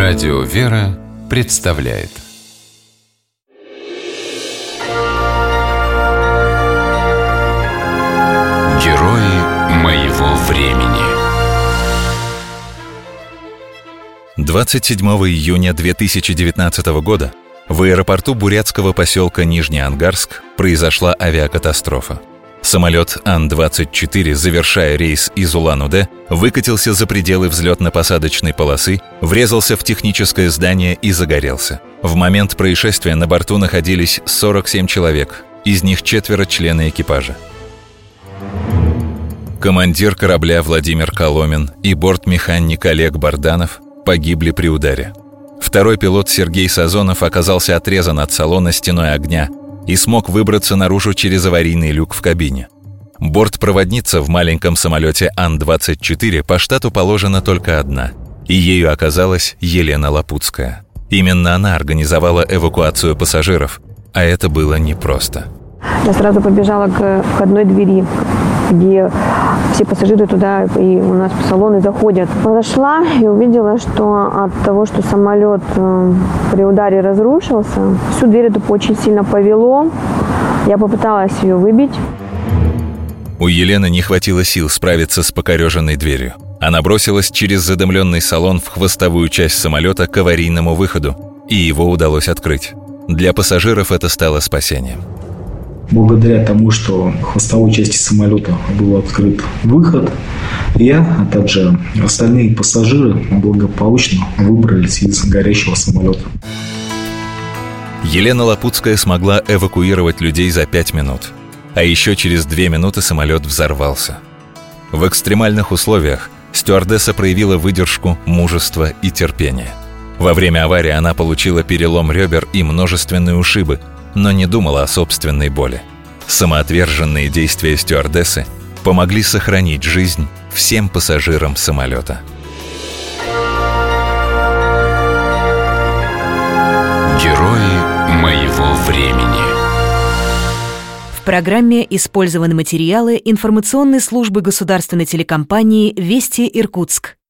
Радио «Вера» представляет Герои моего времени. 27 июня 2019 года в аэропорту бурятского поселка Нижнеангарск произошла авиакатастрофа. Самолет Ан-24, завершая рейс из Улан-Удэ, выкатился за пределы взлетно-посадочной полосы, врезался в техническое здание и загорелся. В момент происшествия на борту находились 47 человек, из них 4 члены экипажа. Командир корабля Владимир Коломин и бортмеханик Олег Барданов погибли при ударе. Второй пилот Сергей Сазонов оказался отрезан от салона стеной огня и смог выбраться наружу через аварийный люк в кабине. Бортпроводница в маленьком самолете Ан-24 по штату положена только одна, и ею оказалась Елена Лапутская. Именно она организовала эвакуацию пассажиров, а это было непросто. Я сразу побежала к входной двери, где все пассажиры туда и у нас в салоны заходят. Подошла и увидела, что от того, что самолет при ударе разрушился, всю дверь эту очень сильно повело. Я попыталась ее выбить. У Елены не хватило сил справиться с покореженной дверью. Она бросилась через задымленный салон в хвостовую часть самолета к аварийному выходу, и его удалось открыть. Для пассажиров это стало спасением. Благодаря тому, что в хвостовой части самолета был открыт выход, я, а также остальные пассажиры благополучно выбрались из горящего самолета. Елена Лапутская смогла эвакуировать людей за 5 минут. А еще через 2 минуты самолет взорвался. В экстремальных условиях стюардесса проявила выдержку, мужество и терпение. Во время аварии она получила перелом ребер и множественные ушибы, но не думала о собственной боли. Самоотверженные действия стюардессы помогли сохранить жизнь всем пассажирам самолета. Герои моего времени. В программе использованы материалы информационной службы государственной телекомпании «Вести Иркутск».